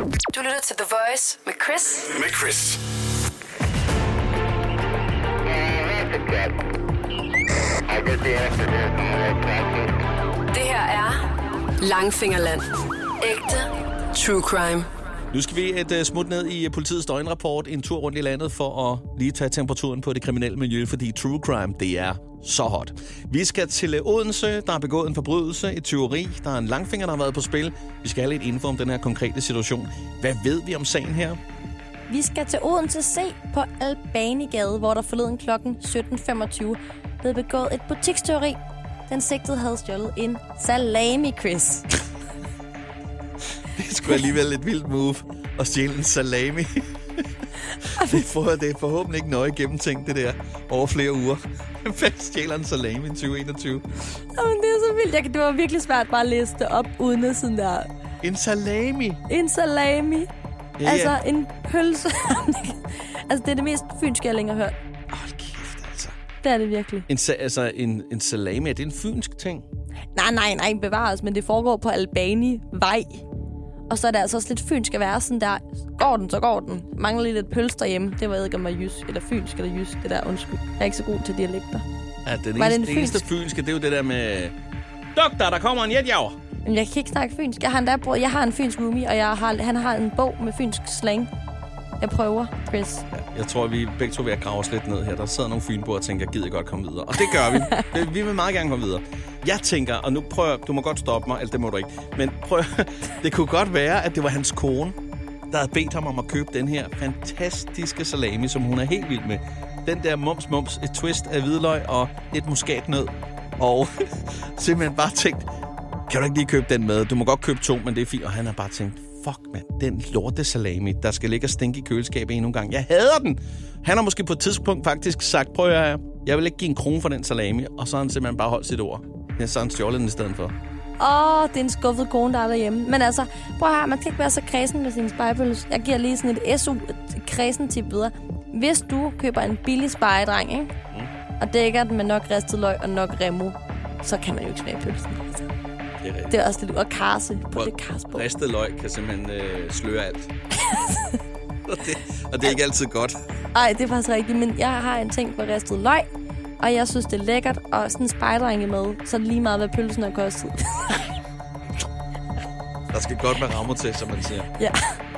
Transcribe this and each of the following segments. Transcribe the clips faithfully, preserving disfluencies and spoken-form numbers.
Du lytter til The Voice med Chris. Med Chris. Det her er Langfingerland. Ægte true crime. Nu skal vi et uh, smut ned i politiets døgnrapport, en tur rundt i landet for at lige tage temperaturen på det kriminelle miljø, fordi true crime, det er så hot. Vi skal til Odense, der er begået en forbrydelse, et tyveri, der er en langfinger, der har været på spil. Vi skal have lidt info om den her konkrete situation. Hvad ved vi om sagen her? Vi skal til Odense C på Albanigade, hvor der forleden klokken sytten femogtyve blev begået et butikstyveri. Den sigtede havde stjålet en salami, Chris. Det er sgu alligevel et vildt move at stjæle en salami. Det får det forhåbentlig ikke nøje gennemtænkt, det der, over flere uger. Hvem stjæler en salami i tyve enogtyve? Jamen, det er så vildt. Jeg, det var virkelig svært bare at læse det op, uden at sådan der... En salami? En salami. Ja, altså, ja. en pølse. Altså, det er det mest fynske, jeg længere har hørt. Hold kæft, altså. Det er det virkelig. En, altså, en, en salami, er det en fynsk ting? Nej, nej, nej, bevares, men det foregår på Albani-vej. Og så er det altså også lidt fynsk at være sådan der, går den, så går den. Mangler lige lidt pølse derhjemme. Det var jeg ikke om var jysk, eller fynsk, eller jysk, det der, undskyld. Jeg er ikke så god til dialekter. Ja, det, Var eneste, det det eneste fynske, det er jo det der med... Doktor, der kommer en jetjager. Men jeg kan ikke snakke fynsk. Jeg har, endda brug, jeg har en fynsk roomie, og jeg har, han har en bog med fynsk slang. Jeg prøver, Chris. Ja, jeg tror, vi begge to vil grave os lidt ned her. Der sidder nogle fynboer og tænker, jeg gider godt komme videre. Og det gør vi. Vi vil meget gerne komme videre. Jeg tænker, og nu prøver du må godt stoppe mig, eller det må du ikke. Men prøv, det kunne godt være, at det var hans kone, der havde bedt ham om at købe den her fantastiske salami, som hun er helt vild med. Den der mums mums, et twist af hvidløg og lidt muskatnød. Og simpelthen bare tænkt, kan du ikke lige købe den med? Du må godt købe to, men det er fint. Og han har bare tænkt, fuck mand, den lorte salami, der skal ligge og stinke i køleskabet endnu en gang. Jeg hader den! Han har måske på et tidspunkt faktisk sagt, prøv at jeg vil ikke give en krone for den salami. Og så har han simpelthen bare holdt sit ord. Ja, så har han stjålet den i stedet for. Åh, oh, det er en skuffet kone, der er derhjemme. Men altså, prøv at høre, man skal ikke være så kredsen med sin spejepølse. Jeg giver lige sådan et S U-kredsen-tip videre. Hvis du køber en billig spejedreng, ikke? Mm. og dækker den med nok ristet løg og nok remo, så kan man jo ikke smage pølsen. Altså. Det er, det er også lidt... Og karse. På det karse på. Ristet løg kan simpelthen øh, sløre alt. og, det, og det er ikke altid godt. Nej, det er faktisk rigtigt. Men jeg har en ting på ristet løg, og jeg synes, det er lækkert. Og sådan en spejdrenge med, så er det lige meget, hvad pølsen har kostet. Der skal godt med rammer til, som man siger. Ja.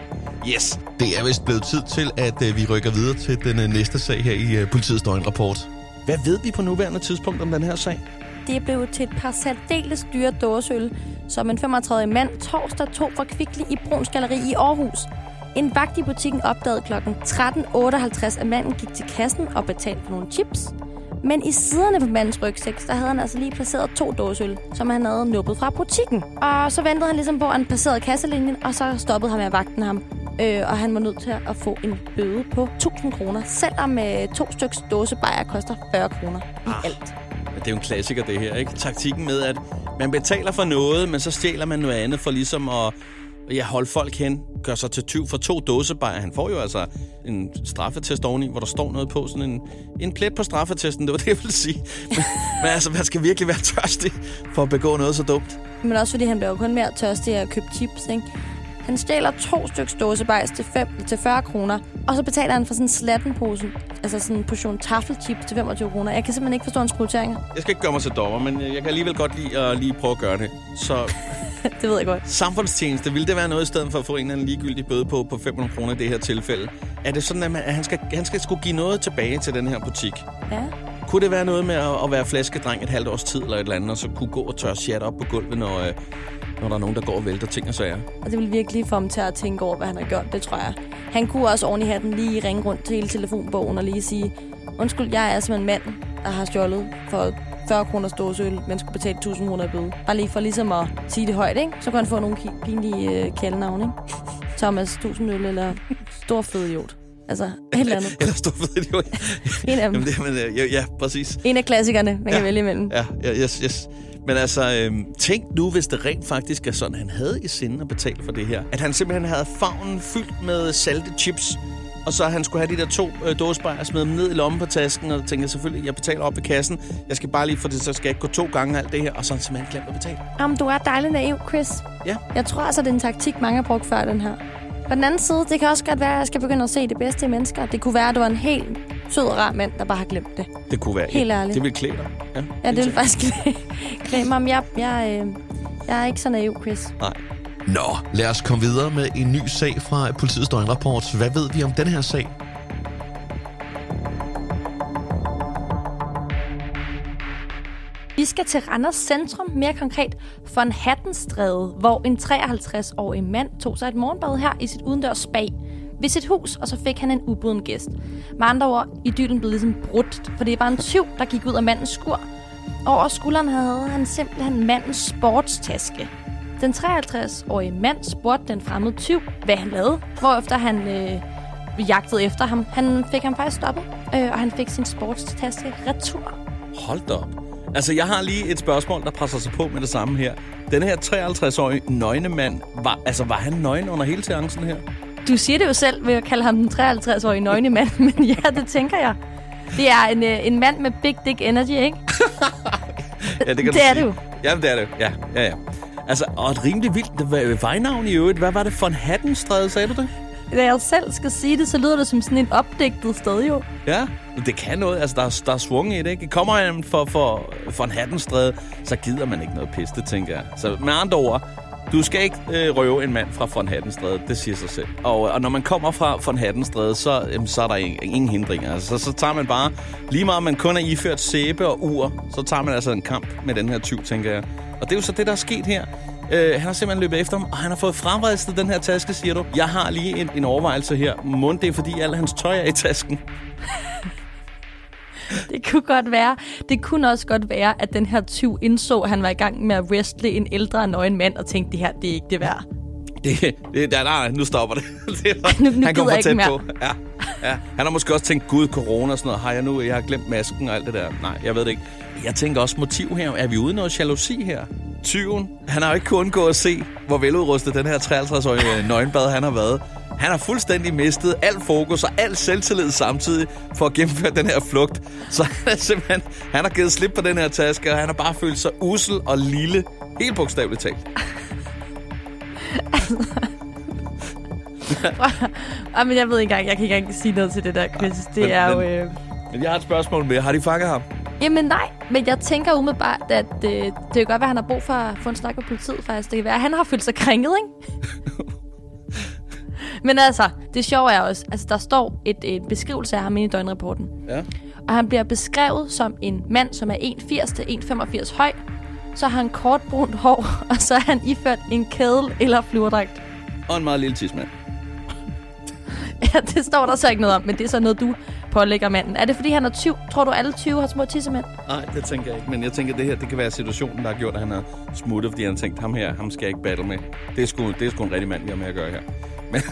Yes. Det er vist blevet tid til, at øh, vi rykker videre til den øh, næste sag her i øh, politiets døgnrapport. Hvad ved vi på nuværende tidspunkt om den her sag? Det er blevet til et par særdeles dyre dåseøl, som en femogtredive mand torsdag tog fra Kvickly i Bruns Galleri i Aarhus. En vagt i butikken opdagede klokken tretten otteoghalvtreds, at manden gik til kassen og betalte for nogle chips. Men i siderne på mandens rygsæk, der havde han altså lige placeret to dåseøl, som han havde nuppet fra butikken. Og så ventede han ligesom på, at han passerede kasselinjen, og så stoppede ham med vagten ham. Øh, og han var nødt til at få en bøde på tusind kroner, selvom øh, to styks dåsebajer koster fyrre kroner i ah, alt. Det er jo en klassiker, det her, ikke? Taktikken med, at man betaler for noget, men så stjæler man noget andet for ligesom at ja, holde folk hen, gør sig til tyv for to dåsebajer. Han får jo altså en straffetest oveni, hvor der står noget på, sådan en, en plet på straffetesten, det var det, jeg ville sige. Men, men altså, man skal virkelig være tørstig for at begå noget så dumt. Men også fordi han bliver jo kun mere tørstig af at købe chips, ikke? Han stjæler to stykker dåsebajs til, til fyrre kroner, og så betaler han for sådan en slattenpose, altså sådan en portion taffelchips til femogtyve kroner. Jeg kan simpelthen ikke forstå hans prioriteringer. Jeg skal ikke gøre mig til dommer, men jeg kan alligevel godt lide at lige prøve at gøre det. Så det ved jeg godt. Samfundstjeneste, ville det være noget i stedet for at få en eller anden ligegyldig bøde på, på fem hundrede kroner i det her tilfælde? Er det sådan, at, man, at han, skal, han skal skulle give noget tilbage til den her butik? Ja. Kunne det være noget med at, at være flaskedreng et halvt års tid eller et eller andet, og så kunne gå og tørre chat op på gulvet, når, øh, når der er nogen, der går og vælter ting og sager? Og det vil virkelig få ham til at tænke over, hvad han har gjort, det tror jeg. Han kunne også oven i hatten lige ringe rundt til hele telefonbogen og lige sige, undskyld, jeg er simpelthen mand, der har stjålet for fyrre kroners dåseøl, men skulle betale tusind kroner i bøde. Bare lige for ligesom at sige det højt, ikke? Så kan han få nogle pinlige øh, kælenavne, ikke? Thomas Tusindøl eller Stor Fed Idiot. Altså, et eller andet. Eller Stor Fed Idiot. En af dem. Jamen, det, men, ja, ja, præcis. En af klassikerne, man ja. kan vælge imellem. Ja, ja, yes, yes. Men altså, øhm, tænk nu, hvis det rent faktisk er sådan, han havde i sinde at betale for det her. At han simpelthen havde favnen fyldt med salte chips, og så han skulle have de der to øh, dåsebajer og smide dem ned i lommen på tasken, og tænkte selvfølgelig, jeg betaler op ved kassen. Jeg skal bare lige for det, så skal jeg ikke gå to gange alt det her, og så har han simpelthen glemt at betale. Jamen, du er dejlig naiv, Chris. Ja. Jeg tror altså, det er en taktik, mange har brugt før den her. På den anden side, det kan også godt være, at jeg skal begynde at se det bedste i mennesker. Det kunne være, at du var en helt sød og rar mand, der bare har glemt det. Det kunne være. Helt ærligt. Det vil klæde dig. Ja, ja det vil faktisk klæde mig. Jeg, jeg, øh, jeg er ikke så naiv, Chris. Nej. Nå, lad os komme videre med en ny sag fra politiets døgnrapport. Hvad ved vi om den her sag? Vi skal til Randers Centrum, mere konkret von Hattenstræde, hvor en treoghalvtreds-årig mand tog sig et morgenbad her i sit udendørs spa ved sit hus, og så fik han en ubuden gæst. Med andre ord, idyllen blev ligesom brudt, for det var en tyv, der gik ud af mandens skur. Over skulderen havde han simpelthen mandens sportstaske. Den treoghalvtreds-årige mand spurgte den fremmede tyv, hvad han lavede, hvorefter han øh, jagtede efter ham. Han fik ham faktisk stoppet, øh, og han fik sin sportstaske retur. Hold da op. Altså, jeg har lige et spørgsmål, der presser sig på med det samme her. Den her treoghalvtreds-årige nøgne mand, var, altså, var han nøgen under hele seancen her? Du siger det jo selv ved at kalde ham den treoghalvtreds-årige nøgne mand, men ja, det tænker jeg. Det er en, en mand med big dick energy, ikke? Ja, det kan det du er sige. det jo. Jamen, det er det. Ja, ja, ja. Altså, og et rimelig vildt vejnavn i øvrigt. Hvad var det for en Hattenstræde, sagde du det? Da jeg selv skal sige det, så lyder det som sådan en opdigtet sted, jo. Ja, det kan noget. Altså, der er, der er svung i det, ikke? Kommer man for, for, for en Hattenstræde, så gider man ikke noget pis, det tænker jeg. Så med andre ord, du skal ikke øh, røve en mand fra von Hattenstræde, det siger sig selv. Og, og når man kommer fra von Hattenstræde, så, jamen, så er der ingen, ingen hindringer. Altså, så, så tager man bare, lige meget man kun er iført sæbe og ur, så tager man altså en kamp med den her tyv, tænker jeg. Og det er jo så det, der er sket her. Uh, han har simpelthen løbet efter ham, og han har fået fremvristet den her taske, siger du. Jeg har lige en, en overvejelse her. Mon det er, fordi alt hans tøj er i tasken? Det kunne godt være. Det kunne også godt være, at den her tyv indså, at han var i gang med at wrestle en ældre nøgen mand, og tænkte, det her, det er ikke det værd. Det, det, der, nej, nu stopper det. det var, nu, nu han kommer for tæt mere. på. Ja, ja. Han har måske også tænkt, gud, corona og sådan noget. Har jeg nu, jeg har glemt masken og alt det der. Nej, jeg ved det ikke. Jeg tænker også motiv her. Er vi ude i noget jalousi her? Tyven, han har jo ikke kunnet undgå at se, hvor veludrustet den her treoghalvtreds-årige nøgenbad han har været. Han har fuldstændig mistet alt fokus og al selvtillid samtidig for at gennemføre den her flugt. Så han er simpelthen, han har givet slip på den her taske, og han har bare følt sig ussel og lille. Helt bogstaveligt talt. Ej, men jeg ved ikke engang, jeg kan ikke engang sige noget til det der quiz. Det men, er men, jo... Øh... Men jeg har et spørgsmål med. Har de fanget ham? Jamen nej, men jeg tænker umiddelbart, at øh, det kan godt være, at han har brug for at få en snak med politiet faktisk. Det kan være, at han har følt sig krænket, ikke? Men altså, det sjove er også, altså der står et, et beskrivelse af ham inde i døgnrapporten. Ja. Og han bliver beskrevet som en mand, som er en komma firs til en komma femogfirs høj. Så har han kort brunt hår, og så er han iført en kædel eller flyverdragt. Og en meget lille tidsmand. Ja, det står der så ikke noget om, men det er så noget, du pålægger manden. Er det, fordi han er tyv? Tror du, alle tyve har små tissemænd? Nej, det tænker jeg ikke. Men jeg tænker, det her det kan være situationen, der har gjort, at han har smuttet, fordi han har tænkt, ham her, ham skal jeg ikke battle med. Det er sgu, det er sgu en rigtig mand, vi har med at gøre her. Men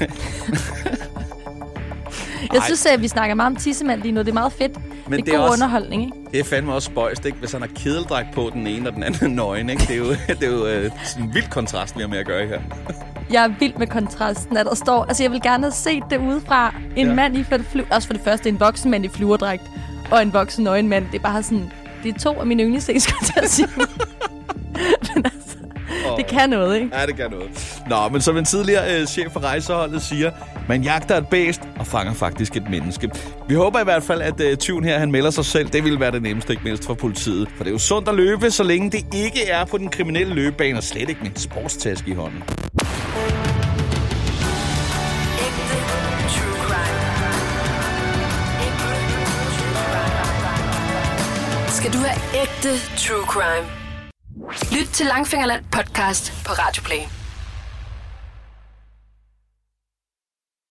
jeg synes, at vi snakker meget om tissemand lige nu. Det er meget fedt. Men det er det er god også, underholdning, ikke? Det er fandme også spøjst, ikke? Hvis han har kedeldragt på den ene og den anden nøgen, ikke? Det er jo, det er jo øh, sådan en vild kontrast, vi har med at gøre her. Jeg er vild med kontrasten, at der står... Altså, jeg vil gerne have set det udefra. En ja. mand i fly... Også for det første, en voksen mand i flyverdragt. Og en voksen nøgen mand. Det er bare sådan... Det er to af mine yndlingsting, skulle jeg til at sige. Men altså... Oh. Det kan noget, ikke? Ja, det kan noget. Nå, men som en tidligere øh, chef for rejseholdet siger, man jagter et bæst og fanger faktisk et menneske. Vi håber i hvert fald, at øh, tyven her, han melder sig selv. Det vil være det nemmeste, ikke mindst for politiet. For det er jo sundt at løbe, så længe det ikke er på den kriminelle løbebane, og slet ikke med en sportstaske i hånden. Skal du have ægte true crime? Lyt til Langfingerland podcast på Radio Play.